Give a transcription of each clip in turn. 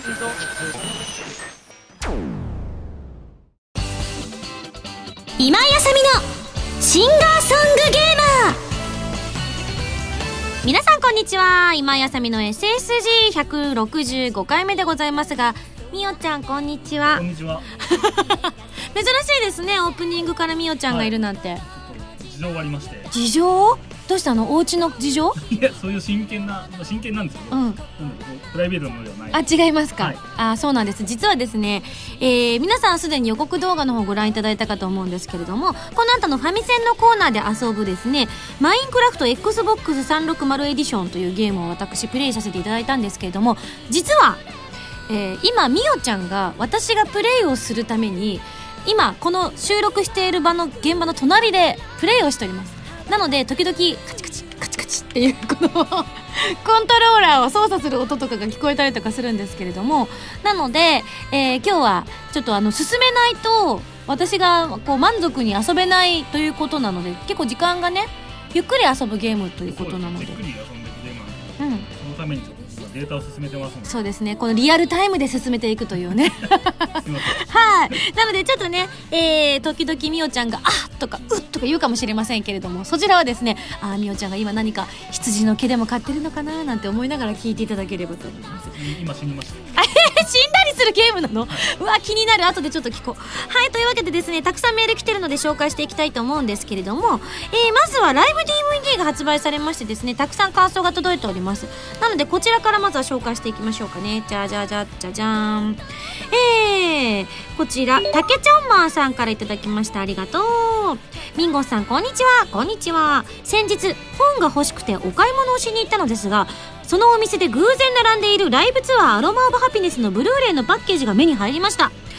今井あさみのシンガーソングゲーマー。皆さんこんにちは。今井あさみの SSG165 回目でございますが、みおちゃんこんにちは。 こんにちは。 珍しいですね、オープニングからみおちゃんがいるなんて、はい、 事情がありまして。 事情？どうしたの？お家の事情？ いや、そういう真剣なんですけど、プライベートのものではない。 あ、違いますか、はい、あ、そうなんです。実はですね、皆さんすでに予告動画の方ご覧いただいたかと思うんですけれども、この後のファミセンのコーナーで遊ぶですね、マインクラフト XBOX360 エディションというゲームを私プレイさせていただいたんですけれども、実は、今みおちゃんが私がプレイをするために今この収録している現場の隣でプレイをしております。なので時々カチカチカチカチっていうこのコントローラーを操作する音とかが聞こえたりとかするんですけれども、なので、今日はちょっと進めないと私がこう満足に遊べないということなので、結構時間がねゆっくり遊ぶゲームということなので、 ゆっくり遊んでるゲームなんで、そのためにちょっとデータを進めてますので。 そうですね、このリアルタイムで進めていくというねはい、なのでちょっとね、時々みおちゃんがあっとかうっとか言うかもしれませんけれども、そちらはですね、みおちゃんが今何か羊の毛でも飼ってるのかななんて思いながら聞いていただければと思います。 今死にました。 死んだりするゲームなの？うわ、気になる。後でちょっと聞こう。はい、というわけでですね、たくさんメール来てるので紹介していきたいと思うんですけれども、まずはライブ DVD が発売されましてですね、たくさん感想が届いております。なのでこちらからまずは紹介していきましょうかね。じゃじゃじゃじゃじゃーん。こちらたけちゃんマンさんからいただきました。ありがとう。ミンゴさんこんにちは。こんにちは。先日本が欲しくてお買い物をしに行ったのですが、そのお店で偶然並んでいるライブツアーアロマオブハピネスのブルーレイのパッケージが目に入りました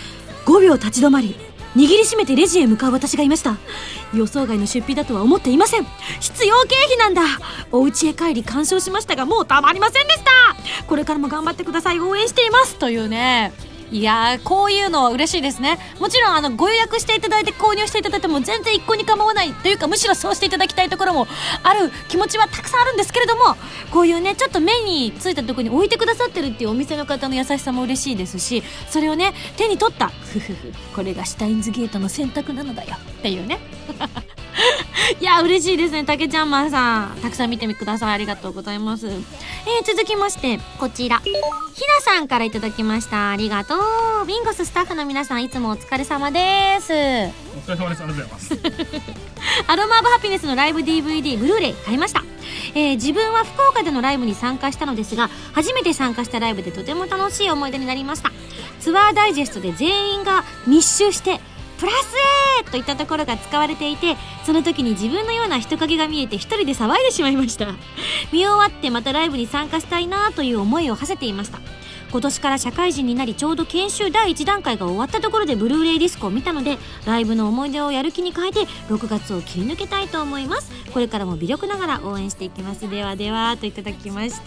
。5秒立ち止まり握りしめてレジへ向かう私がいました。予想外の出費だとは思っていません。必要経費なんだ。お家へ帰り鑑賞しましたが、もうたまりませんでした。これからも頑張ってください。応援していますというね。いやー、こういうのは嬉しいですね。もちろんご予約していただいて購入していただいても全然一向に構わないというか、むしろそうしていただきたいところもある気持ちはたくさんあるんですけれども、こういうねちょっと目についたところに置いてくださってるっていうお店の方の優しさも嬉しいですし、それをね手に取ったこれがシュタインズゲートの選択なのだよっていうねいや嬉しいですね。たけちゃんマンさん、たくさん見てみてください。ありがとうございます。続きましてこちらひなさんからいただきました。ありがとう。ビンゴススタッフの皆さん、いつもお疲れ様です。 お疲れ様です。ありがとうございますアロマオブハピネスのライブ DVD ブルーレイ買いました。自分は福岡でのライブに参加したのですが、初めて参加したライブでとても楽しい思い出になりました。ツアーダイジェストで全員が密集してプラス A といったところが使われていて、その時に自分のような人影が見えて一人で騒いでしまいました。見終わってまたライブに参加したいなという思いを馳せていました。今年から社会人になり、ちょうど研修第1段階が終わったところでブルーレイディスコを見たので、ライブの思い出をやる気に変えて6月を切り抜けたいと思います。これからも微力ながら応援していきます。ではではといただきました。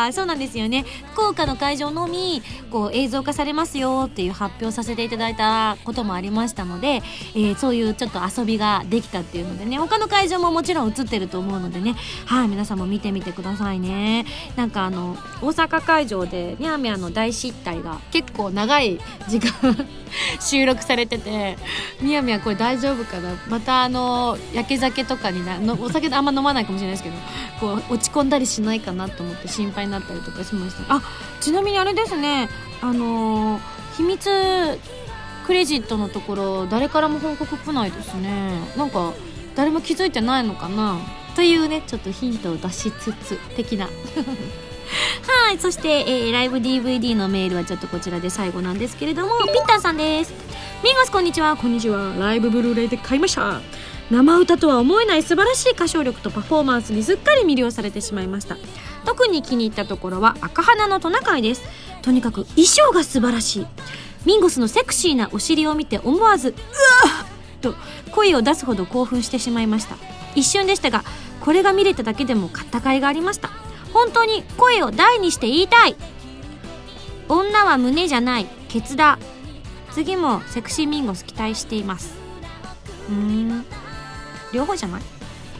そうなんですよね、福岡の会場のみこう映像化されますよっていう発表させていただいたこともありましたので、そういうちょっと遊びができたっていうのでね、他の会場ももちろん映ってると思うのでね、はい、皆さんも見てみてくださいね。なんか大阪会場でミャーミャーの大失態が結構長い時間収録されてて、みやみやこれ大丈夫かな、また焼け酒とかにお酒あんま飲まないかもしれないですけど、こう落ち込んだりしないかなと思って心配になったりとかしました。ちなみにあれですね、秘密クレジットのところ誰からも報告来ないですね。なんか誰も気づいてないのかなというね、ちょっとヒントを出しつつ的なはい、そして、ライブ DVD のメールはちょっとこちらで最後なんですけれども、ピッタンさんです。ミンゴスこんにちは。こんにちは。ライブブルーレイで買いました。生歌とは思えない素晴らしい歌唱力とパフォーマンスにすっかり魅了されてしまいました。特に気に入ったところは赤花のトナカイです。とにかく衣装が素晴らしい。ミンゴスのセクシーなお尻を見て思わずうわっと声を出すほど興奮してしまいました。一瞬でしたが、これが見れただけでも買った甲斐がありました。本当に声を大にして言いたい。女は胸じゃない、ケツだ。次もセクシーミンゴス期待しています。両方じゃない？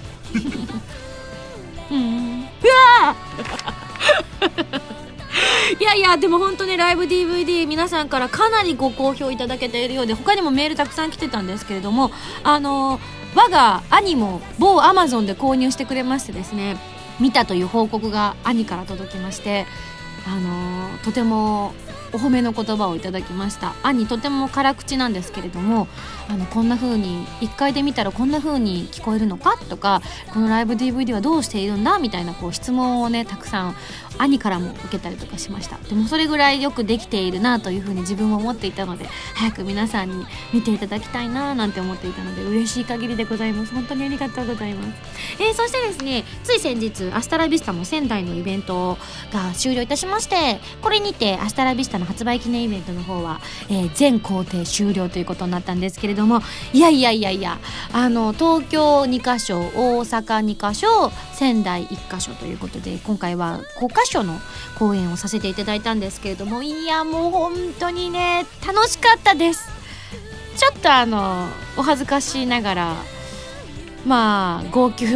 うわいやいや、でも本当にライブ DVD 皆さんからかなりご好評いただけているようで、他にもメールたくさん来てたんですけれども、我が兄も某 Amazon で購入してくれましてですね、見たという報告が兄から届きまして、とてもお褒めの言葉をいただきました。兄とても辛口なんですけれども、こんな風に1回で見たらこんな風に聞こえるのかとか、このライブ DVD はどうしているんだみたいなこう質問をね、たくさん兄からも受けたりとかしました。でもそれぐらいよくできているなという風に自分も思っていたので、早く皆さんに見ていただきたいななんて思っていたので、嬉しい限りでございます。本当にありがとうございます。そしてですね、つい先日アスタラビスタの仙台のイベントが終了いたしまして、これにてアスタラビスタの発売記念イベントの方は、全工程終了ということになったんですけれども、いや東京2カ所、大阪2カ所、仙台1カ所ということで、今回は5カ所の公演をさせていただいたんですけれども、いやもう本当にね楽しかったです。ちょっとお恥ずかしながら号泣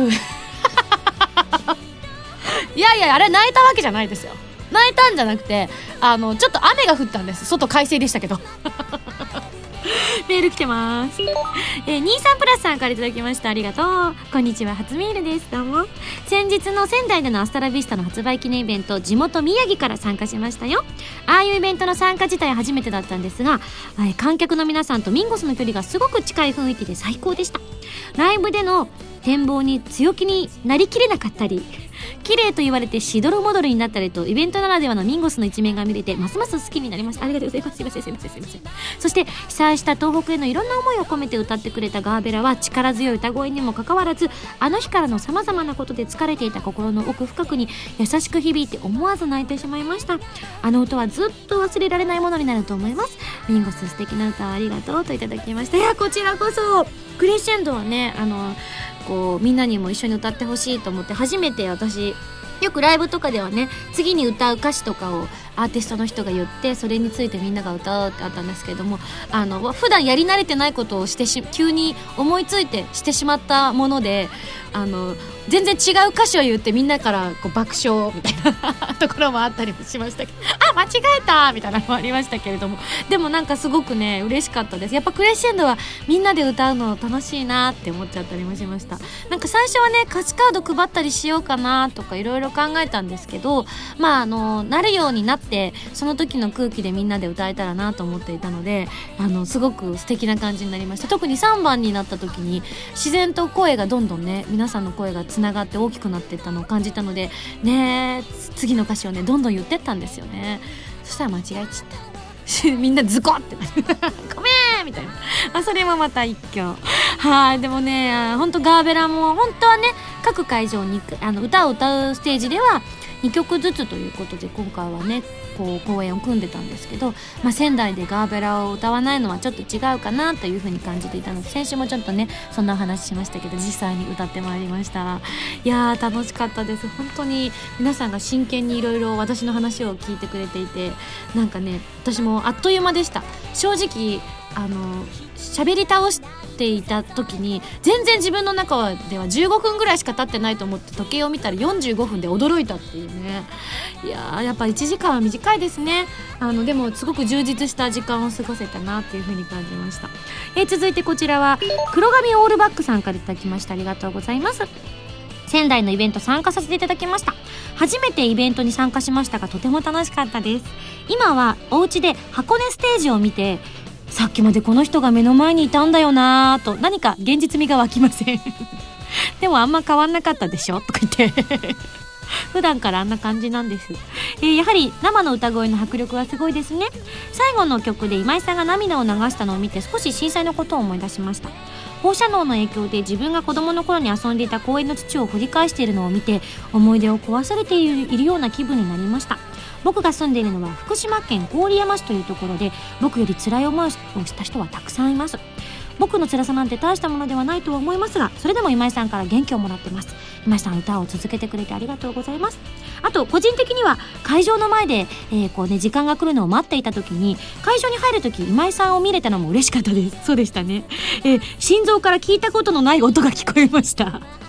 いやあれ泣いたわけじゃないですよ。泣いたんじゃなくて、ちょっと雨が降ったんです。外快晴でしたけどメール来てます。23プラスさんからいただきました。ありがとう。こんにちは、初メールです。どうも。先日の仙台でのアスタラビスタの発売記念イベント、地元宮城から参加しましたよ。ああいうイベントの参加自体初めてだったんですが、観客の皆さんとミンゴスの距離がすごく近い雰囲気で最高でした。ライブでの展望に強気になりきれなかったり、綺麗と言われてしどろもどろになったりと、イベントならではのミンゴスの一面が見れてますます好きになりました。ありがとうございます。すいません。そして被災した東北へのいろんな思いを込めて歌ってくれたガーベラは、力強い歌声にもかかわらず、あの日からの様々なことで疲れていた心の奥深くに優しく響いて思わず泣いてしまいました。あの歌はずっと忘れられないものになると思います。ミンゴス素敵な歌をありがとうといただきました。いやこちらこそ、クレッシェンドはね、みんなにも一緒に歌ってほしいと思って、初めて私よくライブとかではね、次に歌う歌詞とかをアーティストの人が言って、それについてみんなが歌うってあったんですけれども、普段やり慣れてないことを急に思いついてしてしまったもので、全然違う歌詞を言ってみんなからこう爆笑みたいなところもあったりもしましたけど、間違えたみたいなのもありましたけれども、でもなんかすごくね嬉しかったです。やっぱクレッシェンドはみんなで歌うの楽しいなって思っちゃったりもしました。なんか最初はね、歌詞カード配ったりしようかなとかいろいろ考えたんですけど、なるようになってその時の空気でみんなで歌えたらなと思っていたので、すごく素敵な感じになりました。特に3番になった時に自然と声がどんどんね、皆さんの声がつながって大きくなっていったのを感じたのでね、次の歌詞をねどんどん言ってったんですよね。そしたら間違えちゃったみんなズコってなるごめんみたいな、それもまた一挙。でもね、本当ガーベラも本当はね、各会場に歌を歌うステージでは2曲ずつということで、今回はねこう公演を組んでたんですけど、仙台でガーベラを歌わないのはちょっと違うかなというふうに感じていたので、先週もちょっとねそんな話しましたけど、実際に歌ってまいりました。いやー楽しかったです。本当に皆さんが真剣にいろいろ私の話を聞いてくれていて、なんかね私もあっという間でした。正直喋り倒していた時に全然自分の中では15分ぐらいしか経ってないと思って時計を見たら45分で驚いたっていうね。いやーやっぱ1時間は短いですね。でもすごく充実した時間を過ごせたなっていう風に感じました。続いてこちらは黒髪オールバックさんからいただきました。ありがとうございます。仙台のイベント参加させていただきました。初めてイベントに参加しましたが、とても楽しかったです。今はお家で箱根ステージを見て、さっきまでこの人が目の前にいたんだよなぁと何か現実味が湧きませんでもあんま変わんなかったでしょとか言って普段からあんな感じなんです。やはり生の歌声の迫力はすごいですね。最後の曲で今井さんが涙を流したのを見て、少し震災のことを思い出しました。放射能の影響で自分が子供の頃に遊んでいた公園の土を掘り返しているのを見て、思い出を壊されているような気分になりました。僕が住んでいるのは福島県郡山市というところで、僕より辛い思いをした人はたくさんいます。僕の辛さなんて大したものではないとは思いますが、それでも今井さんから元気をもらってます。今井さん、歌を続けてくれてありがとうございます。あと個人的には会場の前で、時間が来るのを待っていた時に、会場に入る時今井さんを見れたのも嬉しかったです。そうでしたね。心臓から聞いたことのない音が聞こえました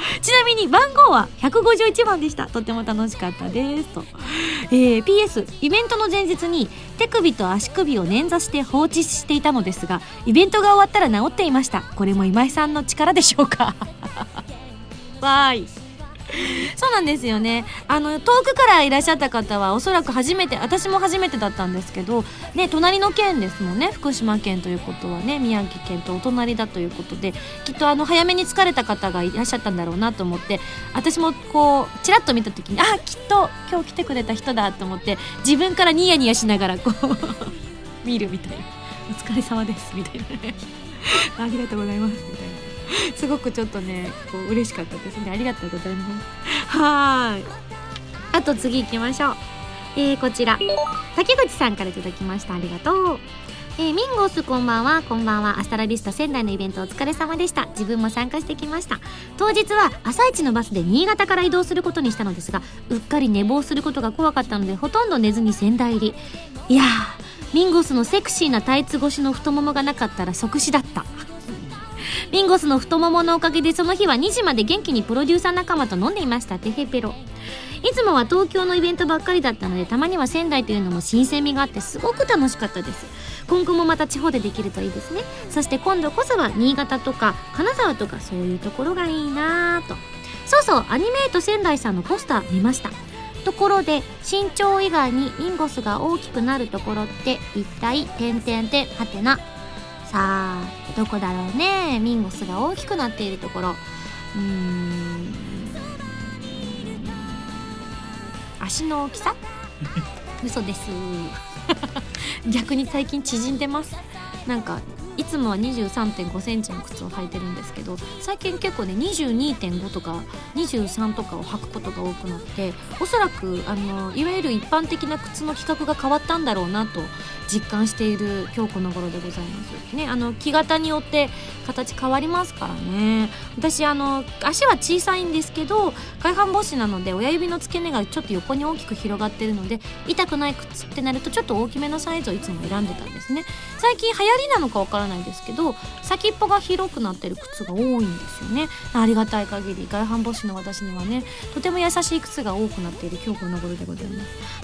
ちなみに番号は151番でした。とても楽しかったですと。PS イベントの前日に手首と足首を捻挫して放置していたのですが、イベントが終わったら治っていました。これも今井さんの力でしょうかわーい。そうなんですよね。遠くからいらっしゃった方はおそらく初めて、私も初めてだったんですけどね、隣の県ですもんね。福島県ということはね、宮城県とお隣だということで、きっと早めに疲れた方がいらっしゃったんだろうなと思って、私もこうちらっと見た時に、あ、きっと今日来てくれた人だと思って自分からニヤニヤしながらこう見るみたいな、お疲れ様ですみたいなねありがとうございますみたいな、すごくちょっとねこう嬉しかったですね。ありがとうございます。はい、あと次行きましょう。こちら竹口さんからいただきました。ありがとう。ミンゴスこんばんは。こんばんは。アスタラビスタ仙台のイベントお疲れ様でした。自分も参加してきました。当日は朝一のバスで新潟から移動することにしたのですが、うっかり寝坊することが怖かったのでほとんど寝ずに仙台入り。いやー、ミンゴスのセクシーなタイツ越しの太ももがなかったら即死だったミンゴスの太もものおかげでその日は2時まで元気にプロデューサー仲間と飲んでいました。テヘペロ。いつもは東京のイベントばっかりだったので、たまには仙台というのも新鮮味があってすごく楽しかったです。今後もまた地方でできるといいですね。そして今度こそは新潟とか金沢とかそういうところがいいなと。そうそう、アニメート仙台さんのポスター見ました。ところで身長以外にミンゴスが大きくなるところって一体はてな。さあどこだろうね。ミンゴスが大きくなっているところ、足の大きさ嘘です逆に最近縮んでます。なんかいつもは 23.5 センチの靴を履いてるんですけど、最近結構ね 22.5 とか23とかを履くことが多くなって、おそらくいわゆる一般的な靴の規格が変わったんだろうなと実感している今日この頃でございますね。木型によって形変わりますからね。私足は小さいんですけど外反母趾なので親指の付け根がちょっと横に大きく広がってるので、痛くない靴ってなるとちょっと大きめのサイズをいつも選んでたんですね。最近流行りなのかわからないですけど、先っぽが広くなってる靴が多いんですよね。ありがたい限り外反母趾の私にはね、とても優しい靴が多くなっている今日この頃でございます。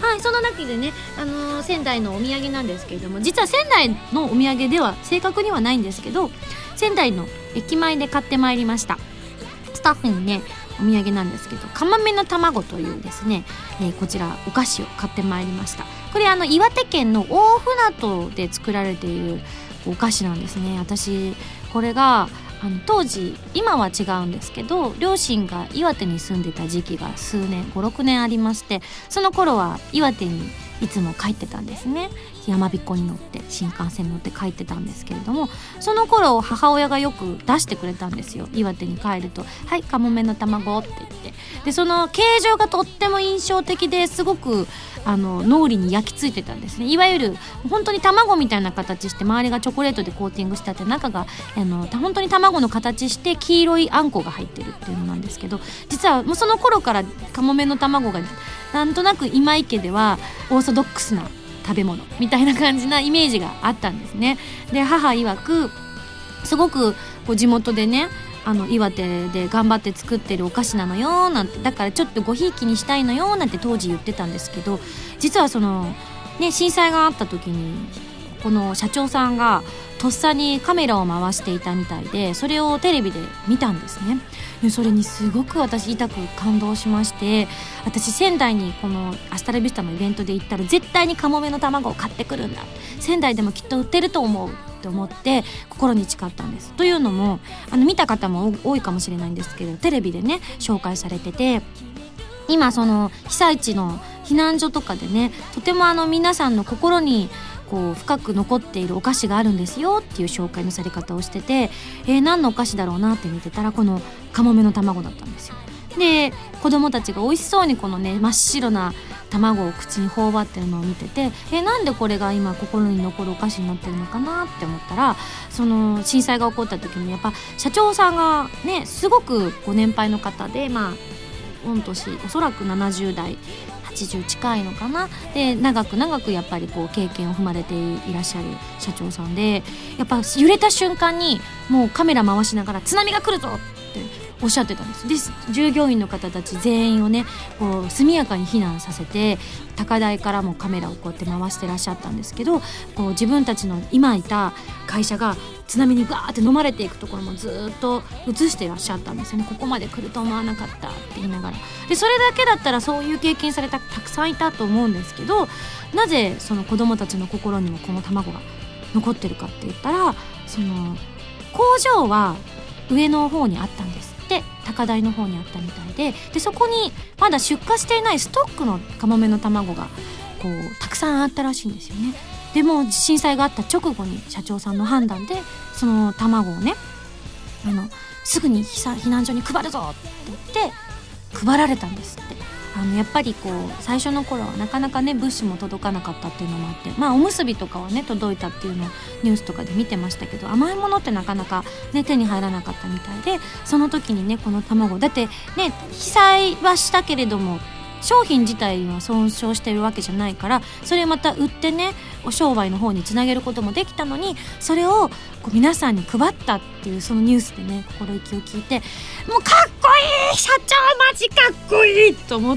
はい、その中でね、仙台のお土産なんですけれども、実は仙台のお土産では正確にはないんですけど、仙台の駅前で買ってまいりました。スタッフにねお土産なんですけど、カマメの卵というですね、こちらお菓子を買ってまいりました。これ岩手県の大船渡で作られているお菓子なんですね。私これが当時、今は違うんですけど、両親が岩手に住んでた時期が数年 5,6 年ありまして、その頃は岩手にいつも帰ってたんですね。山彦に乗って新幹線に乗って帰ってたんですけれども、その頃母親がよく出してくれたんですよ。岩手に帰ると、はいカモメの卵って言って、でその形状がとっても印象的ですごく脳裏に焼き付いてたんですね。いわゆる本当に卵みたいな形して、周りがチョコレートでコーティングしてあって、中が本当に卵の形して黄色いあんこが入ってるっていうのなんですけど、実はもうその頃からカモメの卵がなんとなく今井家ではオーソドックスな食べ物みたいな感じなイメージがあったんですね。で母曰くすごくこう地元でね岩手で頑張って作ってるお菓子なのよなんて、だからちょっとごひいきにしたいのよなんて当時言ってたんですけど、実は震災があった時にこの社長さんがとっさにカメラを回していたみたいで、それをテレビで見たんですね。それにすごく私痛く感動しまして、私仙台にこのアスタラビスタのイベントで行ったら絶対にカモメの卵を買ってくるんだ、仙台でもきっと売ってると思うって思って心に誓ったんです。というのも見た方も多いかもしれないんですけど、テレビでね紹介されてて、今その被災地の避難所とかでね、とても皆さんの心にこう深く残っているお菓子があるんですよっていう紹介のされ方をしてて、何のお菓子だろうなって見てたらこのカモメの卵だったんですよ。で子供たちが美味しそうにこのね真っ白な卵を口に頬張ってるのを見てて、なんでこれが今心に残るお菓子になってるのかなって思ったら、その震災が起こった時にやっぱ社長さんがねすごくご年配の方で、御年おそらく70代80近いのかな。で長くやっぱりこう経験を踏まれていらっしゃる社長さんで、やっぱ揺れた瞬間にもうカメラ回しながら津波が来るぞっておっしゃってたんです。で従業員の方たち全員をねこう速やかに避難させて、高台からもカメラをこうやって回してらっしゃったんですけど、こう自分たちの今いた会社が津波にガーって飲まれていくところもずっと映してらっしゃったんですよね。ここまで来ると思わなかったって言いながら、でそれだけだったらそういう経験されたたくさんいたと思うんですけど、なぜその子どもたちの心にもこの卵が残ってるかって言ったら、その工場は上の方にあったんですって、高台の方にあったみたいで、そこにまだ出荷していないストックのカモメの卵がこうたくさんあったらしいんですよね。でも震災があった直後に社長さんの判断でその卵をねすぐに避難所に配るぞって言って配られたんですって。やっぱりこう最初の頃はなかなかね物資も届かなかったっていうのもあって、おむすびとかはね届いたっていうのをニュースとかで見てましたけど、甘いものってなかなかね手に入らなかったみたいで、その時にねこの卵だってね被災はしたけれども商品自体は損傷してるわけじゃないから、それまた売ってねお商売の方につなげることもできたのに、それをこう皆さんに配ったっていうそのニュースでね心意気を聞いて、もうかっこいい、社長マジかっこいいと思って、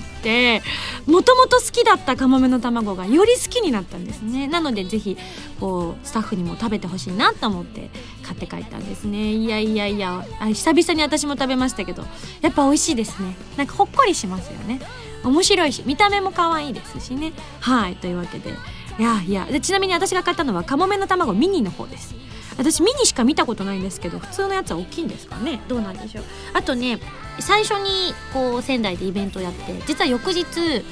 もともと好きだったカモメの卵がより好きになったんですね。なのでぜひこうスタッフにも食べてほしいなと思って買って帰ったんですね。いや久々に私も食べましたけど、やっぱ美味しいですね。なんかほっこりしますよね。面白いし見た目も可愛いですしね。はい、というわけででちなみに私が買ったのはカモメの卵ミニの方です。私ミニしか見たことないんですけど、普通のやつは大きいんですかね、どうなんでしょう。あとね最初にこう仙台でイベントをやって、実は翌日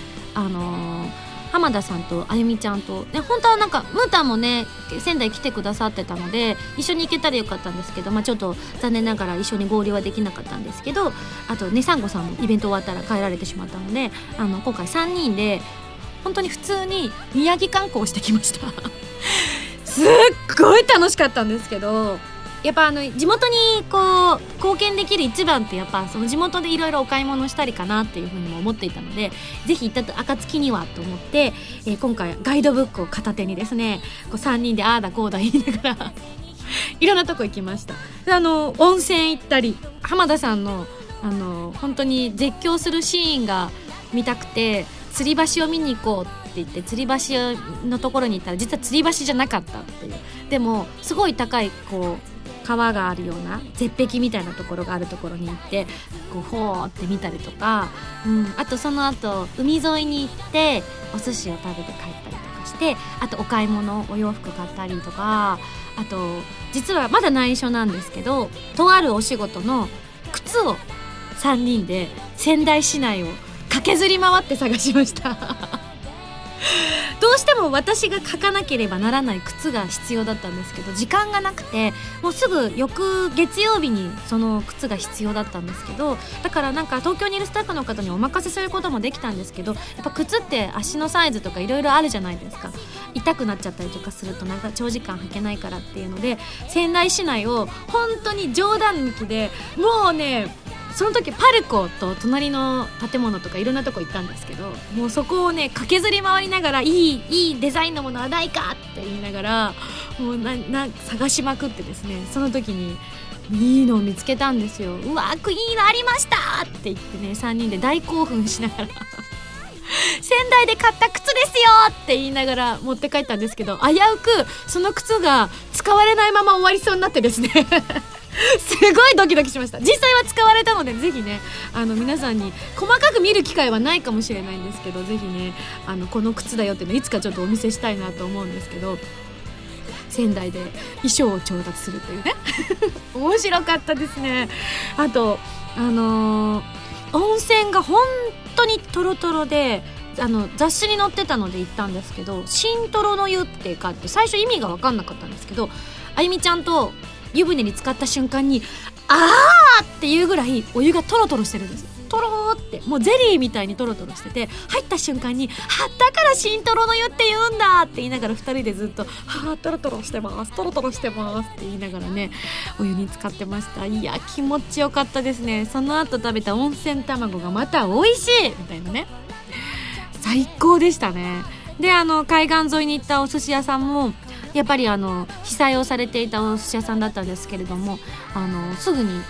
浜田さんとあゆみちゃんと、ね、本当はなんかムータンもね仙台来てくださってたので一緒に行けたらよかったんですけど、ちょっと残念ながら一緒に合流はできなかったんですけど、あとねサンゴさんもイベント終わったら帰られてしまったので、今回3人で本当に普通に宮城観光してきましたすっごい楽しかったんですけど、やっぱ地元にこう貢献できる一番ってやっぱその地元でいろいろお買い物したりかなっていうふうにも思っていたので、ぜひ行った暁にはと思って、今回ガイドブックを片手にですねこう3人でああだこうだ言いながらいろんなとこ行きました。で温泉行ったり、浜田さんの本当に絶叫するシーンが見たくて吊り橋を見に行こうって言って吊り橋のところに行ったら実は吊り橋じゃなかったっていう、でもすごい高いこう川があるような絶壁みたいなところがあるところに行ってこうほーって見たりとか、あとその後海沿いに行ってお寿司を食べて帰ったりとかして、あとお買い物お洋服買ったりとか、あと実はまだ内緒なんですけどとあるお仕事の靴を3人で仙台市内を駆けずり回って探しましたどうしても私が履かなければならない靴が必要だったんですけど時間がなくて、もうすぐ翌月曜日にその靴が必要だったんですけど、だからなんか東京にいるスタッフの方にお任せすることもできたんですけど、やっぱ靴って足のサイズとかいろいろあるじゃないですか。痛くなっちゃったりとかするとなんか長時間履けないからっていうので、仙台市内を本当に冗談抜きでもうね、その時パルコと隣の建物とかいろんなとこ行ったんですけど、もうそこをね駆けずり回りながらいいデザインのものはないかって言いながらもう探しまくってですね、その時にいいのを見つけたんですよ。うわいいのありましたって言ってね3人で大興奮しながら仙台で買った靴ですよって言いながら持って帰ったんですけど、危うくその靴が使われないまま終わりそうになってですねすごいドキドキしました。実際は使われたのでぜひね皆さんに細かく見る機会はないかもしれないんですけど、ぜひねこの靴だよっていうのいつかちょっとお見せしたいなと思うんですけど、仙台で衣装を調達するというね面白かったですね。あと温泉が本当にトロトロで雑誌に載ってたので行ったんですけど、新トロの湯っていうかって最初意味が分かんなかったんですけど、あゆみちゃんと湯船に浸かった瞬間にあーっていうぐらいお湯がトロトロしてるんです。トローってもうゼリーみたいにトロトロしてて、入った瞬間にだから新トロの湯って言うんだって言いながら2人でずっとトロトロしてますトロトロしてますって言いながらねお湯に浸かってました。いや気持ちよかったですね。その後食べた温泉卵がまた美味しいみたいなね、最高でしたね。で海岸沿いに行ったお寿司屋さんもやっぱり被災をされていたお寿司屋さんだったんですけれども、すぐに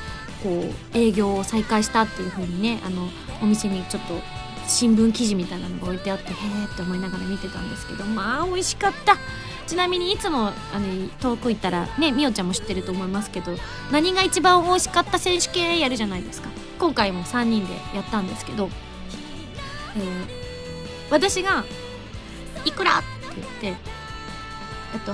こう営業を再開したっていう風にね、お店にちょっと新聞記事みたいなのが置いてあって、へーって思いながら見てたんですけど、まあ美味しかった。ちなみにいつも遠く行ったらね、みおちゃんも知ってると思いますけど、何が一番美味しかった選手権やるじゃないですか。今回も3人でやったんですけど、私がいくらって言って、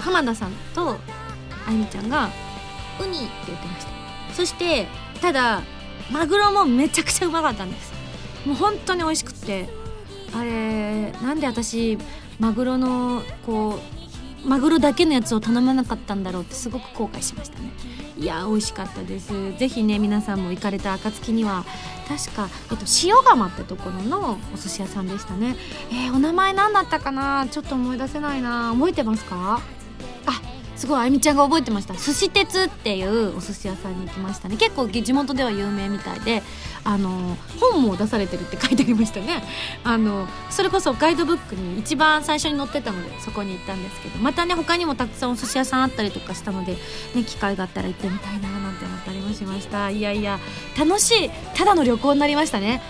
浜田さんとあゆみちゃんがウニって言ってました。そしてただマグロもめちゃくちゃうまかったんです。もう本当に美味しくって、あれなんで私マグロのマグロだけのやつを頼まなかったんだろうってすごく後悔しましたね。いや美味しかったです。ぜひね皆さんも行かれた暁には、確か、塩釜ってところのお寿司屋さんでしたね。お名前何だったかな、ちょっと思い出せないな。覚えてますか？すごいあゆみちゃんが覚えてました。寿司鉄っていうお寿司屋さんに行きましたね。結構地元では有名みたいで、本も出されてるって書いてありましたね。それこそガイドブックに一番最初に載ってたのでそこに行ったんですけど、またね他にもたくさんお寿司屋さんあったりとかしたので、ね、機会があったら行ってみたいななんて思ったりもしました。いやいや楽しい、ただの旅行になりましたね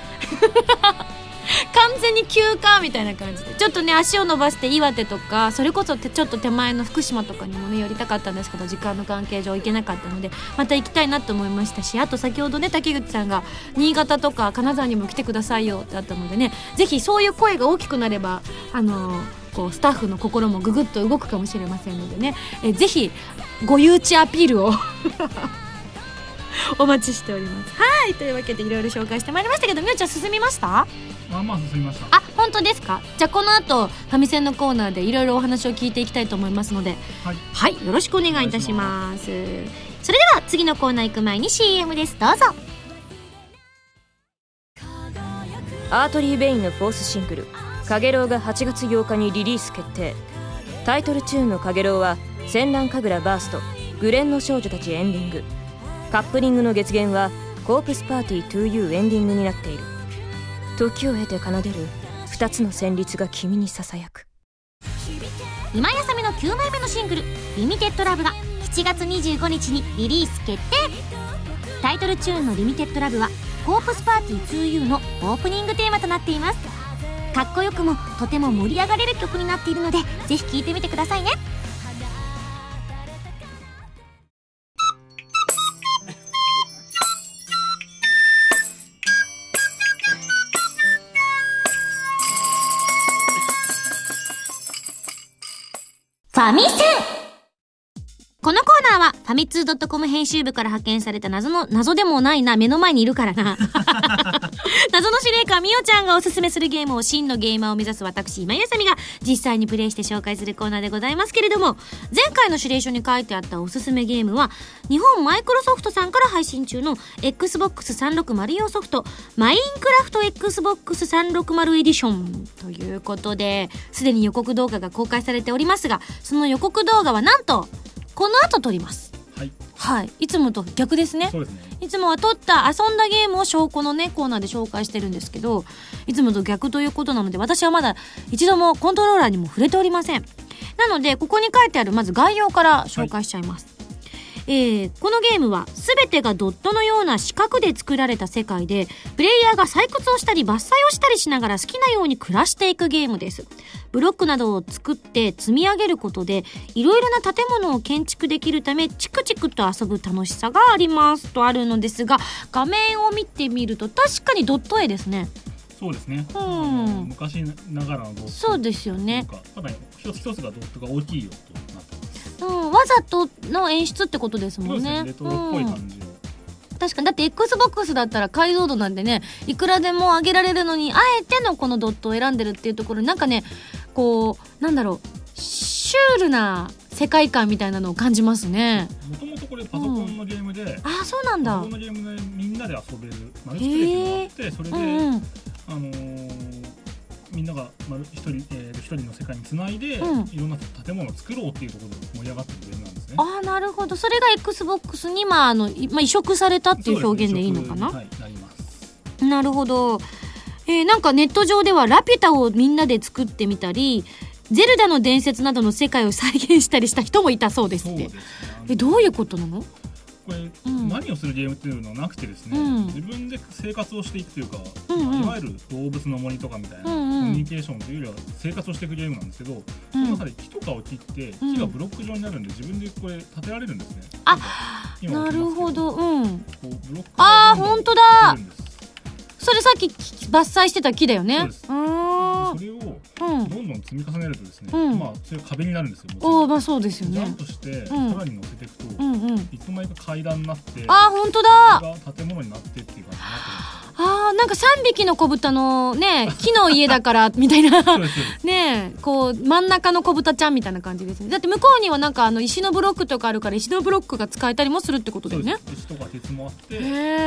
完全に休暇みたいな感じで、ちょっとね足を伸ばして岩手とか、それこそちょっと手前の福島とかにもね寄りたかったんですけど、時間の関係上行けなかったので、また行きたいなと思いましたし、あと先ほどね竹口さんが新潟とか金沢にも来てくださいよってあったのでね、ぜひそういう声が大きくなればスタッフの心もググッと動くかもしれませんのでね、ぜひご誘致アピールをお待ちしております。はい、というわけでいろいろ紹介してまいりましたけど、みおちゃん進みました？ まあ進みました。 本当ですか？じゃあこの後ファミセンのコーナーでいろいろお話を聞いていきたいと思いますので、はい、よろしくお願いいたします。それでは次のコーナー行く前に CM です。どうぞ。 アートリー・ベインのフォースシングル「かげろう」が8月8日にリリース決定。タイトルチューンのかげろうは戦乱神楽バースト、グレンの少女たちエンディング、カップリングの月限はコープスパーティー 2U エンディングになっている。時を経て奏でる2つの旋律が君にささやく。 今やさみの9枚目のシングル「リミテッドラブ」が7月25日にリリース決定。タイトルチューンの「リミテッドラブ」はコープスパーティー 2U のオープニングテーマとなっています。かっこよくもとても盛り上がれる曲になっているので、ぜひ聴いてみてくださいね。ファミセン。このコーナーはファミツー .com 編集部から派遣された謎でもないな、目の前にいるからな謎の司令官みおちゃんがおすすめするゲームを真のゲーマーを目指す私今井あさみが実際にプレイして紹介するコーナーでございますけれども、前回の指令書に書いてあったおすすめゲームは日本マイクロソフトさんから配信中の Xbox360 用ソフトマインクラフト Xbox360 エディションということで、すでに予告動画が公開されておりますが、その予告動画はなんとこの後撮ります。はい、いつもと逆ですね。 そうですね。 いつもは撮った遊んだゲームを証拠のねコーナーで紹介してるんですけど、いつもと逆ということなので、私はまだ一度もコントローラーにも触れておりません。なのでここに書いてあるまず概要から紹介しちゃいます。このゲームは全てがドットのような四角で作られた世界で、プレイヤーが採掘をしたり伐採をしたりしながら好きなように暮らしていくゲームです。ブロックなどを作って積み上げることでいろいろな建物を建築できるため、チクチクと遊ぶ楽しさがありますとあるのですが、画面を見てみると確かにドット絵ですね。 そうですね。昔ながらのドット。そうですよね。ただ一つ一つがドットが大きいよとなってます。わざとの演出ってことですもんね。 レトロっぽい感じを。 確かに、だって Xbox だったら解像度なんてねいくらでも上げられるのに、あえてのこのドットを選んでるっていうところになんかね、こうなんだろう、シュールな世界観みたいなのを感じますね。 もともとこれパソコンのゲームで、 そうなんだ。 パソコンのゲームでみんなで遊べるマルチプレイがあって、それで、みんなが一人の世界につないで、いろんな建物を作ろうっていうところで盛り上がってるゲームなんですね。 なるほど。それが Xbox に移植されたっていう表現でいいのかな。 はい、なります。 なるほど。なんかネット上ではラピュタをみんなで作ってみたり、ゼルダの伝説などの世界を再現したりした人もいたそうですって。どういうことなの？ これ、何をするゲームっていうのはなくてですね、自分で生活をしていくというか、いわゆる動物の森とかみたいな、コミュニケーションというよりは生活をしていくゲームなんですけど、その中で木とかを切って木がブロック状になるんで自分でこれ立てられるんですね。 なるほど。 こうブロックが本当だ。それさっき伐採してた木だよね。 そうです。それをどんどん積み重ねるとですね、それが壁になるんですよ。 そうですよね。 ジャンプしてさらに乗せていくと、いつの間にか階段になって、 本当だ。 建物になってっていう感じになってるんですよ。 なんか3匹の子豚のね、木の家だからみたいなね、こう真ん中の子豚ちゃんみたいな感じですね。だって向こうにはなんか石のブロックとかあるから、石のブロックが使えたりもするってことだよね。 石とか鉄もあって、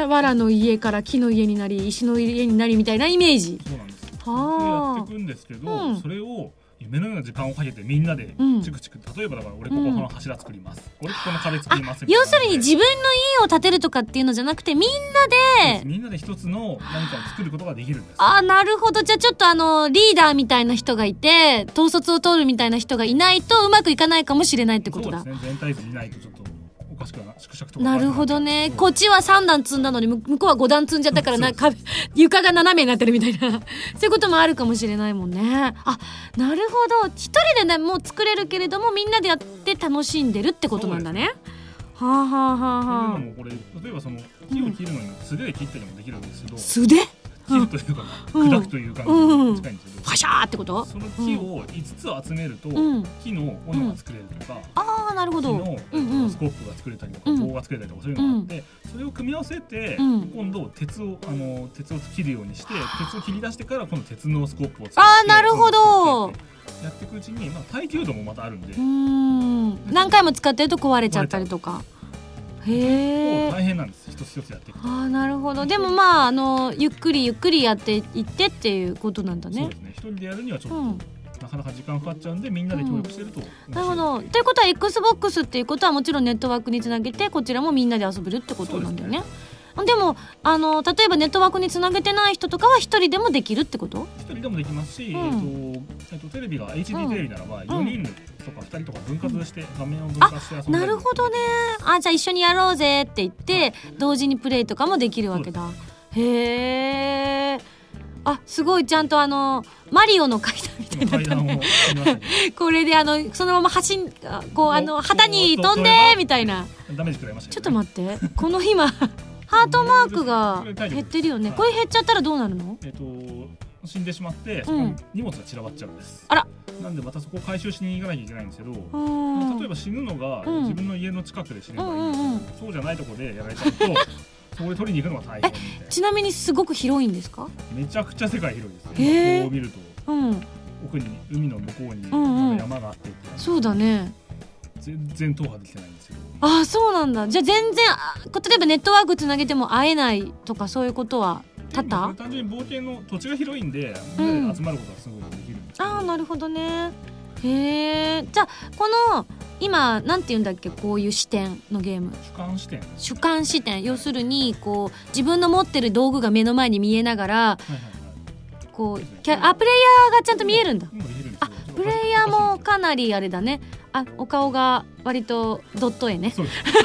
藁の家から木の家になり石の家になりみたいなイメージ。 そうなんです。やっていくんですけど、それを夢のような時間をかけてみんなでチクチク、例えばだから俺ここの柱作ります、俺ここの壁作りますみたいな。 要するに自分の家を建てるとかっていうのじゃなくて、みんなで一つの何かを作ることができるんです。 なるほど。じゃあちょっとリーダーみたいな人がいて、統率を取るみたいな人がいないとうまくいかないかもしれないってことだ。 そうですね。全体図見ないとちょっとおかしくな縮尺とか。 なるほどね。こっちは3段積んだのに向こうは5段積んじゃったから床が斜めになってるみたいなそういうこともあるかもしれないもんね。なるほど。一人でねもう作れるけれどもみんなでやって楽しんでるってことなんだね。はあはあはあはあ。 そういうのもこれ例えばその木を切るのに素手で切ったりもできるんですけど。 素手？ 切るというか砕くという感じに近いんですけど、 ファシャーってこと？ その木を5つ集めると木の斧が作れるとか、 なるほど。 木のスコープが作れたりとか棒が作れたりとかそういうのがあって、それを組み合わせて今度鉄を切るようにして鉄を切り出してから今度鉄のスコープを作って、 なるほど。 やっていくうちに耐久度もまたあるんで、 何回も使ってると壊れちゃったりとか。へえ。大変なんです。一つ一つやっていくと。 なるほど。でもゆっくりやっていってっていうことなんだね。 そうですね。一人でやるにはちょっと、なかなか時間かかっちゃうんでみんなで協力してると、 なるほど。ということは XBOX っていうことはもちろんネットワークにつなげてこちらもみんなで遊べるってことなんだよね。でも例えばネットワークにつなげてない人とかは一人でもできるってこと？一人でもできますし、テレビが HD テレビならば4人とか2人とか分割して画面を分割して遊んだり。 なるほどね。じゃあ一緒にやろうぜって言って同時にプレイとかもできるわけだ。へー。すごいちゃんとマリオの階段みたいなねこれでそのまま旗に飛んでみたいな。 ダメージ食らいました。 ちょっと待って、この今ハートマークが減ってるよね。これ減っちゃったらどうなるの？ 死んでしまってそこに荷物が散らばっちゃうんです。なんでまたそこを回収しに行かなきゃいけないんですけど、例えば死ぬのが自分の家の近くで死ねばいいんですけど、そうじゃないとこでやられちゃうとそこで取りに行くのが大変みたいな。 ちなみにすごく広いんですか？ めちゃくちゃ世界広いです。こう見ると奥に海の向こうに山があってそうだね。 全然踏破できてないんですよ。 そうなんだ。じゃあ全然例えばネットワークつなげても会えないとかそういうことは多々？ 単純に冒険の土地が広いんでみんなで集まることがすごいできるんです。 なるほどね。へえ。じゃあこの今なんて言うんだっけ、こういう視点のゲーム。主観視点。要するに自分の持ってる道具が目の前に見えながら、プレイヤーがちゃんと見えるんだ。プレイヤーもかなりあれだね。お顔が割とドット絵ね。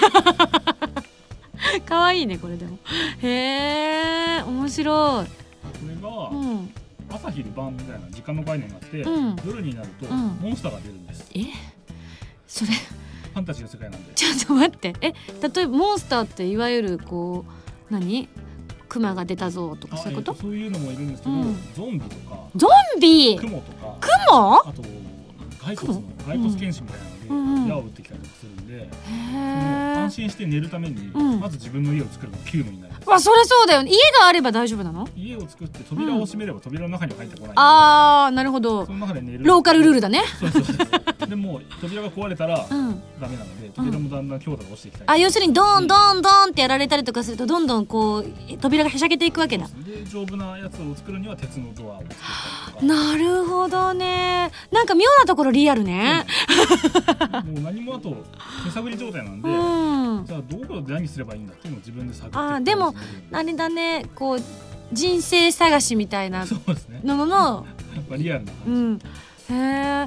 かわいいねこれでも。へえ、面白い。 これが朝昼晩みたいな時間の概念があって、夜になるとモンスターが出るんです。それファンタジーの世界なんで。 ちょっと待って。例えばモンスターっていわゆるクマが出たぞとかそういうこと？ そういうのもいるんですけど、ゾンビとかクモとかあと骸骨剣士みたいなので矢を撃ってきたりとかするんで、安心して寝るためにまず自分の家を作るのが急務になります。 それそうだよね。家があれば大丈夫なの？ 家を作って扉を閉めれば扉の中には入ってこないんで。 なるほど。 その中で寝る。 ローカルルールだね。 でも扉が壊れたらダメなので扉もだんだん強度が落ちてきたり。 要するにドンドンドンってやられたりとかするとどんどん扉がへしゃげていくわけだ。 で丈夫なやつを作るには鉄のドアを作ったりとか。 なるほどね。なんか妙なところリアルね。 もう何も手探り状態なんで、じゃあどこで何すればいいんだっていうのを自分で探って。 でもあれだね、人生探しみたいなののリアルな話。へえ。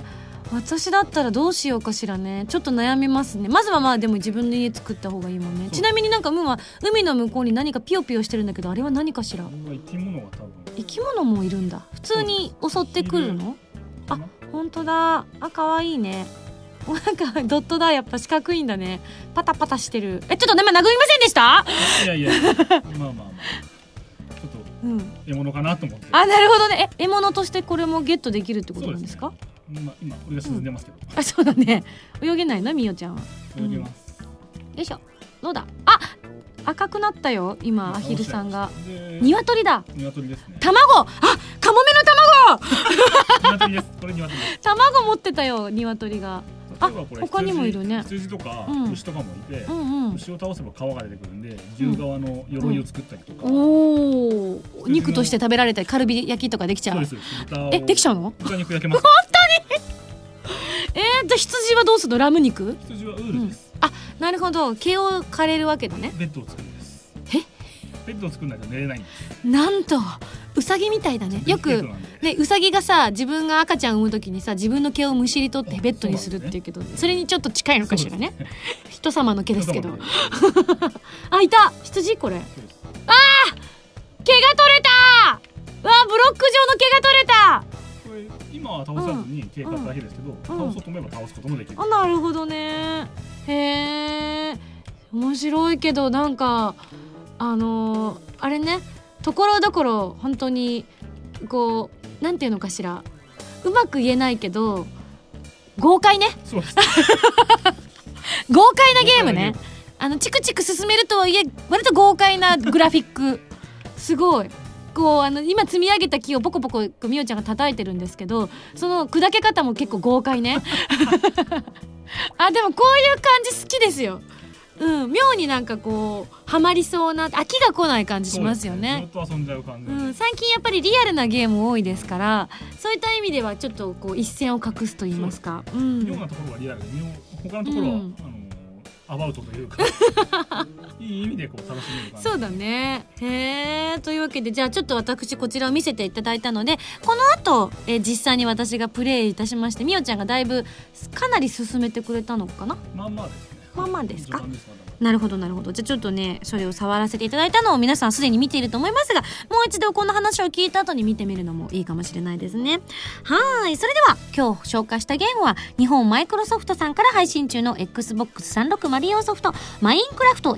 私だったらどうしようかしらね。ちょっと悩みますね。まずはまあでも自分で家作った方がいいもんね。ちなみになんかムーは海の向こうに何かピヨピヨしてるんだけど、あれは何かしら。 生き物は多分生き物もいるんだ。普通に襲ってくるの？あ、本当だ。あ、可愛いね。なんかドットだ。やっぱ四角いんだね。パタパタしてる。ちょっとね、殴りませんでした？ いやいやまあまあまあちょっと獲物かなと思って、 あ、なるほどね。獲物としてこれもゲットできるってことなんですか？ 今俺が沈んでますけど、 あ、そうだね。泳げないな、みおちゃんは。 泳げます、 よいしょ。どうだ。あ、赤くなったよ今、アヒルさんが。鶏だ。 鶏ですね。 卵。あ、カモメの鶏です。これ鶏です。 卵持ってたよ、鶏が。あ、他にもいるね。 羊とか牛とかもいて、牛を倒せば皮が出てくるんで、牛側の鎧を作ったりとか、 おお、肉として食べられたり、カルビ焼きとかできちゃう。 そうです。 できちゃうの？ 豚肉焼けます。 本当に？羊はどうするの？ラム肉？ 羊はウールです。 あ、なるほど。毛を刈れるわけだね。 ベッドを作るんです。ベッドを作らないと寝れないんです。 なんとウサギみたいだね。よくね、ウサギがさ、自分が赤ちゃん産むときにさ、自分の毛をむしり取ってベッドにするっていうけど、それにちょっと近いのかしらね。人様の毛ですけど。あ、いた羊。これ。あー、毛が取れた。ブロック状の毛が取れた。 これ今は倒さずに毛がだけですけど、倒そうと思えば倒すこともできる。 あ、なるほどね。へえ、面白いけど、なんかあれね、ところどころ本当にこう、なんていうのかしら、うまく言えないけど豪快ね。 そうです。 豪快なゲームね。チクチク進めるとはいえ割と豪快なグラフィック。すごい。こう今積み上げた木をポコポコみおちゃんが叩いてるんですけど、その砕け方も結構豪快ね。あ、でもこういう感じ好きですよ。妙になんかこうハマりそうな、飽きが来ない感じしますよね。 ずっと遊んじゃう感じ、 最近やっぱりリアルなゲーム多いですから、そういった意味ではちょっとこう一線を画すと言いますか。 妙なところはリアルで、他のところは、アバウトというかいい意味でこう楽しめる感じ。 そうだね。へー。というわけで、じゃあちょっと私こちらを見せていただいたので、この後実際に私がプレイいたしまして、みおちゃんがだいぶかなり進めてくれたのかな。 まあまあですね。 まあまあですか。なるほどなるほど。じゃあちょっとね、それを触らせていただいたのを皆さんすでに見ていると思いますが、もう一度この話を聞いた後に見てみるのもいいかもしれないですね。はい。それでは今日紹介したゲームは、日本マイクロソフトさんから配信中の Xbox360 用ソフトマインクラフト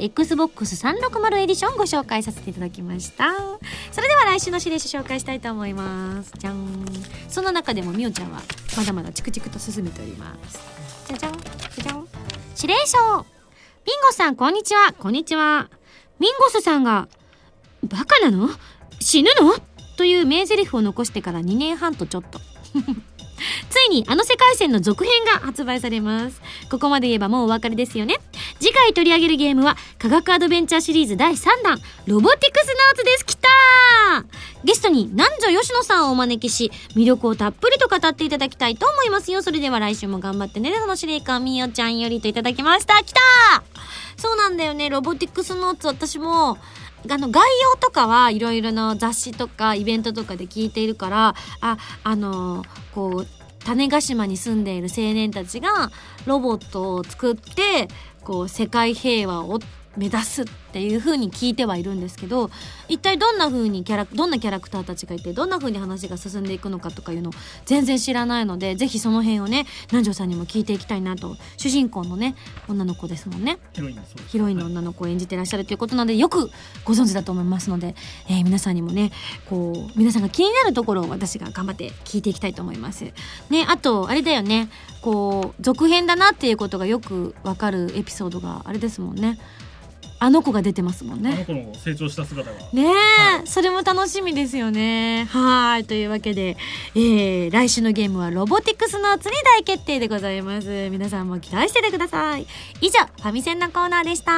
Xbox360 エディションをご紹介させていただきました。それでは来週の指令書紹介したいと思います。じゃん。その中でもみおちゃんはまだまだチクチクと進めております。じゃじゃんじゃじゃん。指令書。ミンゴスさん、こんにちは。こんにちは。ミンゴスさんがバカなの？死ぬの？という名台詞を残してから2年半とちょっと。ついに世界線の続編が発売されます。ここまで言えばもうお分かりですよね。次回取り上げるゲームは科学アドベンチャーシリーズ第3弾ロボティクスノーツです。きたー。ゲストに南條吉野さんをお招きし、魅力をたっぷりと語っていただきたいと思いますよ。それでは来週も頑張ってね。その司令官みおちゃんよりといただきました。きたー。そうなんだよね、ロボティクスノーツ。私も概要とかはいろいろな雑誌とかイベントとかで聞いているから、こう種子島に住んでいる青年たちがロボットを作ってこう世界平和を目指すっていう風に聞いてはいるんですけど、一体どんなキャラクターたちがいて、どんな風に話が進んでいくのかとかいうのを全然知らないので、ぜひその辺をね、南條さんにも聞いていきたいなと。主人公のね、女の子ですもんね。ヒロインの女の子を演じてらっしゃるということなので、よくご存知だと思いますので、皆さんにもね、こう皆さんが気になるところを私が頑張って聞いていきたいと思いますね。あとあれだよね、こう続編だなっていうことがよくわかるエピソードがあれですもんね。あの子が出てますもんね。 あの子の成長した姿がねえ、はい、それも楽しみですよね。はい。というわけで、来週のゲームはロボティクスノーツに大決定でございます。皆さんも期待しててください。以上、ファミセンのコーナーでした。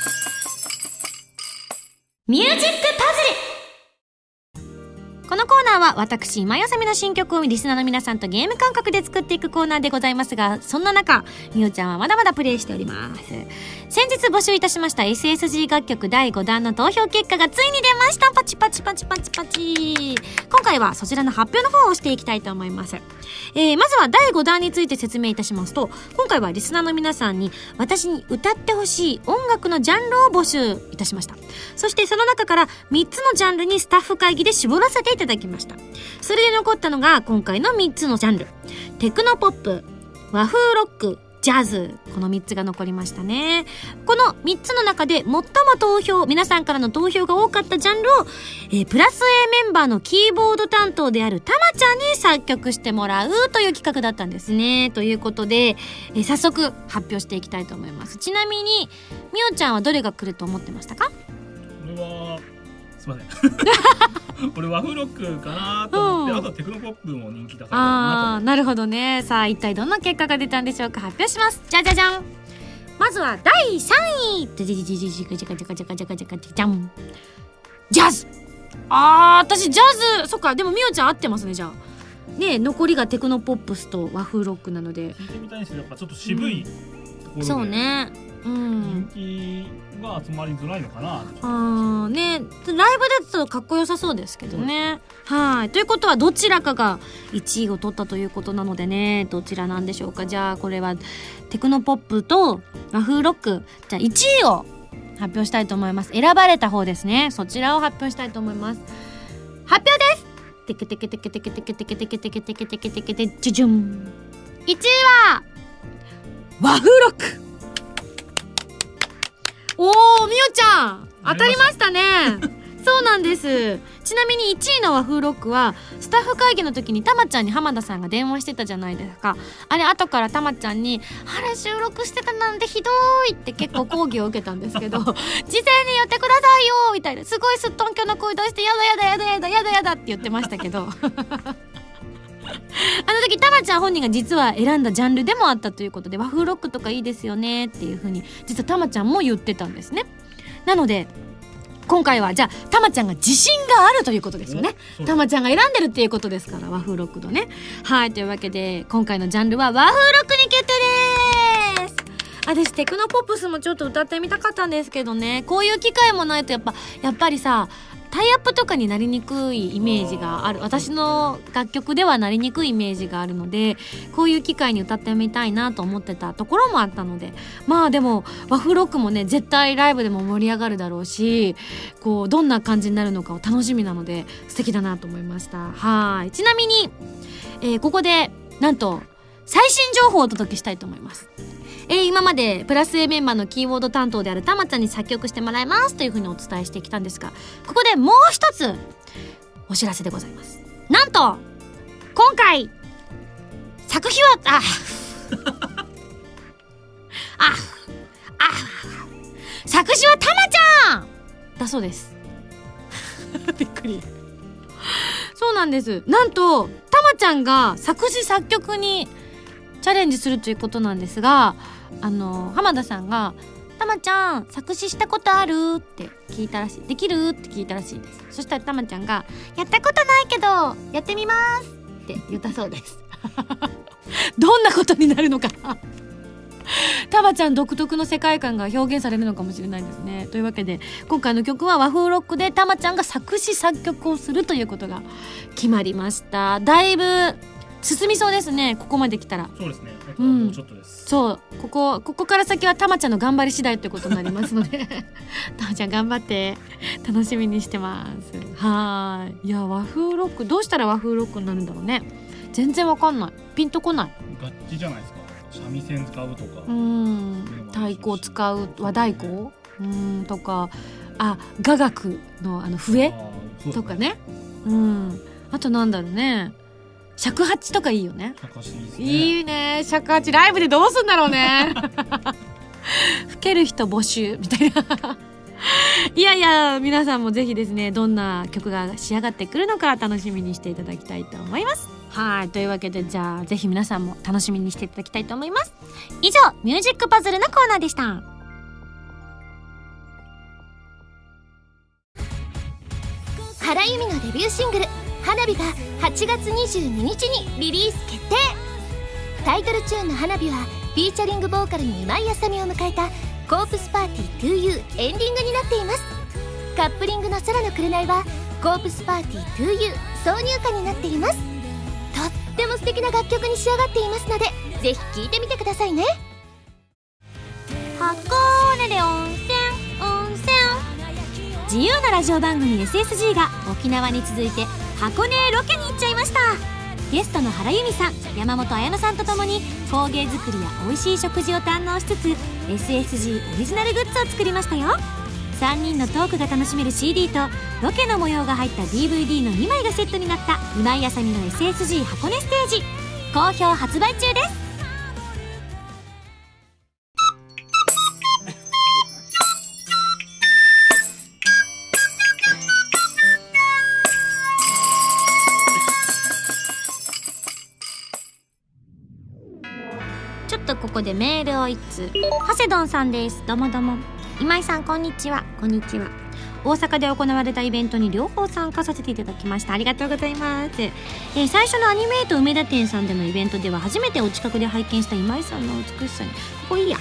ミュージックパズル。このコーナーーは私今井あさみの新曲をリスナーの皆さんとゲーム感覚で作っていくコーナーでございますが、そんな中みおちゃんはまだまだプレイしております。先日募集いたしました SSG 楽曲第5弾の投票結果がついに出ました。パチパチパチパチパチ。今回はそちらの発表の方をしていきたいと思います。まずは第5弾について説明いたしますと、今回はリスナーの皆さんに私に歌ってほしい音楽のジャンルを募集いたしました。そしてその中から3つのジャンルにスタッフ会議で絞らせていただきました。それで残ったのが今回の3つのジャンル、テクノポップ、和風ロック、ジャズ、この3つが残りましたね。この3つの中で最も皆さんからの投票が多かったジャンルを、プラス A メンバーのキーボード担当であるたまちゃんに作曲してもらうという企画だったんですね。ということで、早速発表していきたいと思います。ちなみにみおちゃんはどれが来ると思ってましたか？ これはすいませんこれ和風ロックかなと思って、あとはテクノポップも人気だからなと。 なるほどね。さあ一体どんな結果が出たんでしょうか。発表します。じゃじゃじゃん。まずは第3位、じゃん、ジャズ。私ジャズ、そっか。でもみおちゃん合ってますね。じゃあね、残りがテクノポップスと和風ロックなので聞いてみたいんですけど、やっぱちょっと渋いところで、 そうね、 人気が集まりづらいのかな。 ね、ライブだとかっこよさそうですけどね。はい。ということはどちらかが1位を取ったということなのでね、どちらなんでしょうか。じゃあこれはテクノポップと和風ロック、じゃあ1位を発表したいと思います。選ばれた方ですね。そちらを発表したいと思います。発表です。テケテケテケテケテケテケテケテケテケテケテケテジュジュン。1位は和風ロック。みおちゃん当たりましたね。そうなんです。ちなみに1位の和風ロックはスタッフ会議の時にたまちゃんに浜田さんが電話してたじゃないですか。あれ後からたまちゃんにあれ収録してたなんてひどいって結構抗議を受けたんですけど事前に言ってくださいよみたいな、すごいすっとんきょな声出してやだやだやだやだやだやだって言ってましたけどあの時たまちゃん本人が実は選んだジャンルでもあったということで、和風ロックとかいいですよねっていう風に実はたまちゃんも言ってたんですね。なので今回はじゃあたまちゃんが自信があるということですよね。たまちゃんが選んでるっていうことですから、和風ロックのね。はい、というわけで今回のジャンルは和風ロックに決定です。私テクノポップスもちょっと歌ってみたかったんですけどね、こういう機会もないとやっぱりさ、タイアップとかになりにくいイメージがある。私の楽曲ではなりにくいイメージがあるので、こういう機会に歌ってみたいなと思ってたところもあったので、まあでも和風ロックもね絶対ライブでも盛り上がるだろうし、こうどんな感じになるのかを楽しみなので素敵だなと思いました。はい。ちなみに、ここでなんと最新情報をお届けしたいと思います。今までプラス A メンバーのキーボード担当であるたまちゃんに作曲してもらいますというふうにお伝えしてきたんですが、ここでもう一つお知らせでございます。なんと今回作詞は作詞はたまちゃんだそうですびっくり。そうなんです。なんとたまちゃんが作詞作曲にチャレンジするということなんですが、浜田さんがたまちゃん作詞したことあるって聞いたらしい。できるって聞いたらしいです。そしたらたまちゃんがやったことないけどやってみますって言ったそうですどんなことになるのかたまちゃん独特の世界観が表現されるのかもしれないですね。というわけで今回の曲は和風ロックでたまちゃんが作詞作曲をするということが決まりました。だいぶ進みそうですね、ここまで来たら。 そうですね、あとはもうちょっとです、 そう、ここから先はたまちゃんの頑張り次第ということになりますのでたまちゃん頑張って楽しみにしてます。はい。いや和風ロックどうしたら和風ロックになるんだろうね。全然わかんない、ピンとこない。 楽器じゃないですか。三味線使うとか、 太鼓使う、和太鼓とか、雅楽の笛とかね。あとなんだろうね、尺八とかいいよね。 尺八いいですね。 いいね、尺八ライブでどうすんだろうね吹ける人募集みたいないやいや、皆さんもぜひですね、どんな曲が仕上がってくるのか楽しみにしていただきたいと思います。はい。というわけで、じゃあぜひ皆さんも楽しみにしていただきたいと思います。以上、ミュージックパズルのコーナーでした。 原由美のデビューシングル花火が8月22日にリリース決定。タイトルチューンの花火はフィーチャリングボーカルに今井あさみを迎えたコープスパーティー 2U エンディングになっています。カップリングの空の紅はコープスパーティー 2U 挿入歌になっています。とっても素敵な楽曲に仕上がっていますので、ぜひ聴いてみてくださいね。 箱根で温泉自由なラジオ番組 SSG が沖縄に続いて箱根へロケに行っちゃいました。ゲストの原由美さん、山本彩乃さんとともに工芸作りや美味しい食事を堪能しつつ SSG オリジナルグッズを作りましたよ。3人のトークが楽しめる CD とロケの模様が入った DVD の2枚がセットになった今井あさみの SSG 箱根ステージ、好評発売中です。ちょっとここでメールを1通。ハセドンさんです。どうもどうも。今井さんこんにちは。こんにちは。大阪で行われたイベントに両方参加させていただきました。ありがとうございます。最初のアニメイト梅田店さんでのイベントでは初めてお近くで拝見した今井さんの美しさにここいいや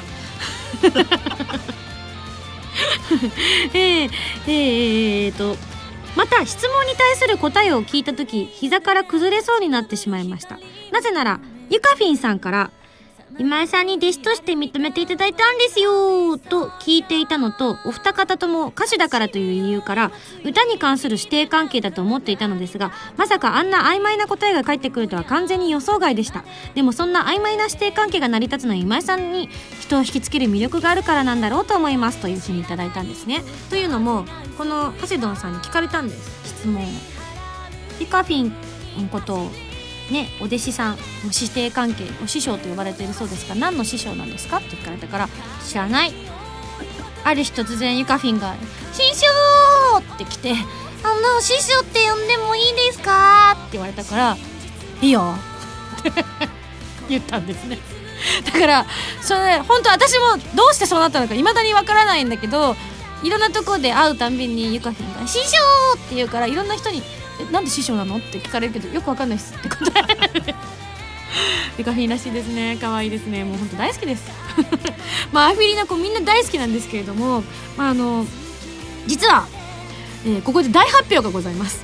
また質問に対する答えを聞いた時膝から崩れそうになってしまいました。なぜならゆかフィンさんから今井さんに弟子として認めていただいたんですよと聞いていたのと、お二方とも歌手だからという理由から歌に関する師弟関係だと思っていたのですが、まさかあんな曖昧な答えが返ってくるとは完全に予想外でした。でもそんな曖昧な師弟関係が成り立つのは今井さんに人を引きつける魅力があるからなんだろうと思いますというふうにいただいたんですね。というのもこのハセドンさんに聞かれたんです、質問を。ゆかフィンのことをね、お弟子さんの師弟関係お師匠と呼ばれているそうですが、何の師匠なんですかって聞かれたから知らない。ある日突然ゆかフィンが師匠って来て、師匠って呼んでもいいですかって言われたから、いいよって言ったんですね。だからそれ本当私もどうしてそうなったのか未だにわからないんだけど、いろんなところで会うたんびにゆかフィンが師匠って言うから、いろんな人になんで師匠なのって聞かれるけどよくわかんないっすって答えゆかフィンらしいですね。可愛いですね。もう本当大好きですまあアフィリの子みんな大好きなんですけれども、実は、ここで大発表がございます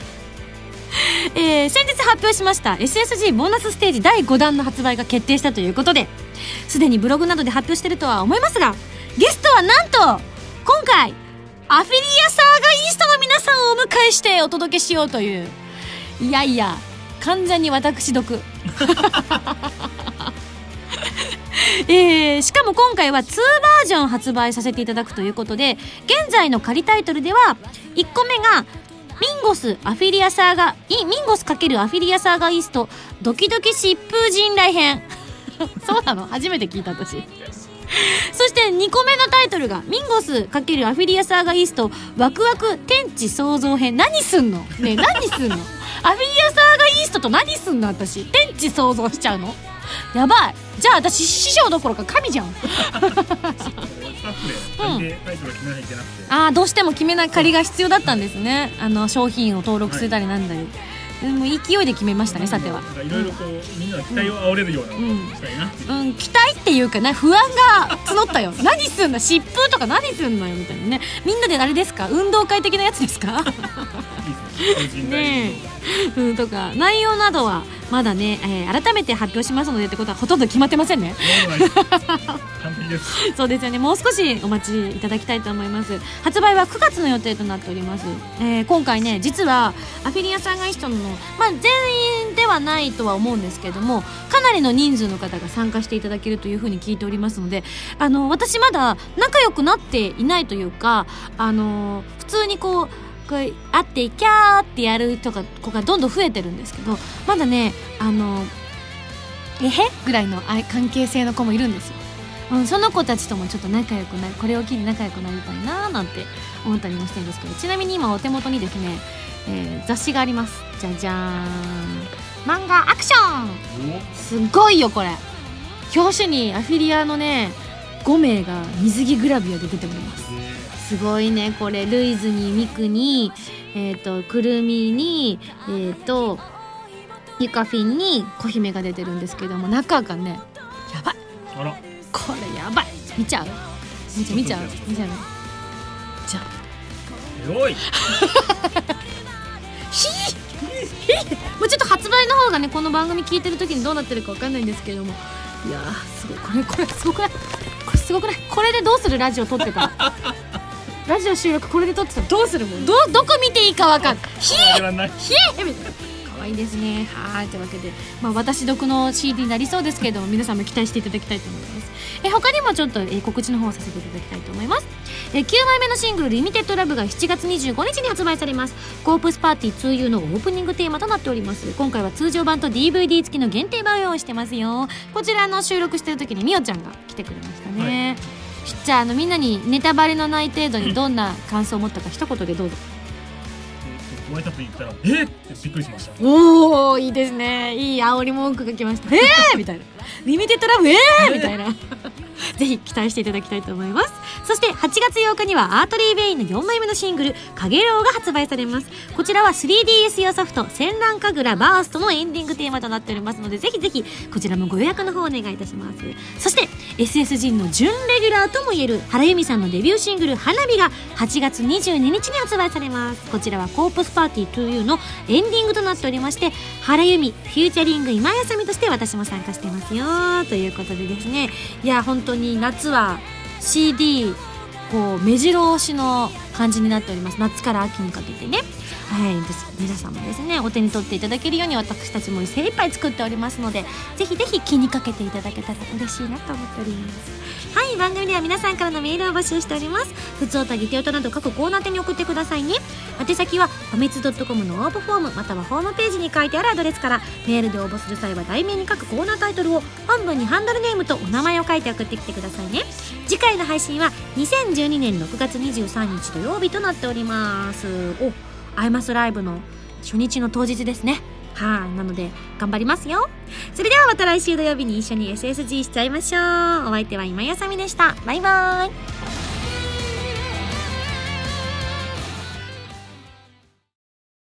先日発表しました SSG ボーナスステージ第5弾の発売が決定したということで、すでにブログなどで発表しているとは思いますが、ゲストはなんと今回アフィリアサーガイーストの皆さんをお迎えしてお届けしようという、いやいや完全に私読しかも今回は2バージョン発売させていただくということで、現在の仮タイトルでは1個目がミンゴス×アフィリアサーガイーストドキドキ疾風陣雷編そうなの、初めて聞いた私そして2個目のタイトルがミンゴス×アフィリアサーガイーストワクワク天地創造編。何すんのねえ、何すんのアフィリアサーガイーストと何すんの、私天地創造しちゃうの、やばい。じゃあ私師匠どころか神じゃんどうしても決めない仮が必要だったんですね。商品を登録するたりなんだり、もう勢いで決めましたね。さてはいろいろこうみんなの期待を煽れるようなことをしたいなっていう、 期待っていうかな、不安が募ったよ何すんの、疾風とか何すんのよみたいなね。みんなであれですか、運動会的なやつですかねえ、とか内容などはまだね、改めて発表しますのでってことはほとんど決まってませんね完璧ですそうですよね。もう少しお待ちいただきたいと思います。発売は9月の予定となっております。今回ね、実はアフィリアサーガイーストの、全員ではないとは思うんですけれども、かなりの人数の方が参加していただけるというふうに聞いておりますので、私まだ仲良くなっていないというか、普通にこう会ってキャーってやる子がどんどん増えてるんですけど、まだねぐらいの関係性の子もいるんですよ。その子たちともちょっと仲良くなる、これを機に仲良くなりたいななんて思ったりもしてるんですけど、ちなみに今お手元にですね、雑誌があります。じゃじゃーん、漫画アクション、すごいよこれ。表紙にアフィリアのね 5名が水着グラビアで出ております。すごいねこれ。ルイズにミクにくるみにゆかフィンに小姫が出てるんですけども、中がねやばい。 あらこれやばい。見ちゃう見ちゃうじゃあおいもうちょっと発売の方がねこの番組聞いてる時にどうなってるか分かんないんですけれども、いやーすごい。これすごくない？これすごくない？これでどうする？ラジオ撮ってたらラジオ収録これで撮ってたらどうする？もんどこ見ていいか分かんない。ひえみたいな。可愛いですね。はい、というわけで、私読の CD になりそうですけれども、皆さんも期待していただきたいと思います。他にもちょっと、告知の方をさせていただきたいと思います。9枚目のシングルリミテッドラブが7月25日に発売されます。コープスパーティー 2U のオープニングテーマとなっております。今回は通常版と DVD 付きの限定版を用意してますよ。こちらの収録してる時にみおちゃんが来てくれましたね。じゃあみんなにネタバレのない程度にどんな感想を持ったか一言でどうぞ。 ご挨拶言ったらってびっくりしました。 おーいいですね。いい煽り文句が来ました。みたいな。リミテッドラブみたいなぜひ期待していただきたいと思います。そして8月8日にはアートリー・ベインの4枚目のシングル「かげろう」が発売されます。こちらは 3DS 用ソフト「戦乱神楽バースト」のエンディングテーマとなっておりますので、ぜひぜひこちらもご予約の方お願いいたします。そして SSG の準レギュラーともいえる原由美さんのデビューシングル「花火」が8月22日に発売されます。こちらはコープスパーティー 2U のエンディングとなっておりまして、原由美フューチャリング今井あさみとして私も参加してますよということでですね、いや本当に夏は CD こう目白押しの感じになっております。夏から秋にかけてね、はい、皆さんもですねお手に取っていただけるように私たちも精一杯作っておりますので、ぜひぜひ気にかけていただけたら嬉しいなと思っております。はい、番組では皆さんからのメールを募集しております。ふつおたぎておとなど各コーナー宛に送ってくださいね。宛先はファミツ.com の応募フォームまたはホームページに書いてあるアドレスから、メールで応募する際は題名に書くコーナータイトルを、本文にハンドルネームとお名前を書いて送ってきてくださいね。次回の配信は2012年6月23日土曜日となっております。アイマスライブの初日の当日ですね。はい、なので頑張りますよ。それではまた来週土曜日に一緒に SSG しちゃいましょう。お相手は今井あさみでした。バイバーイ。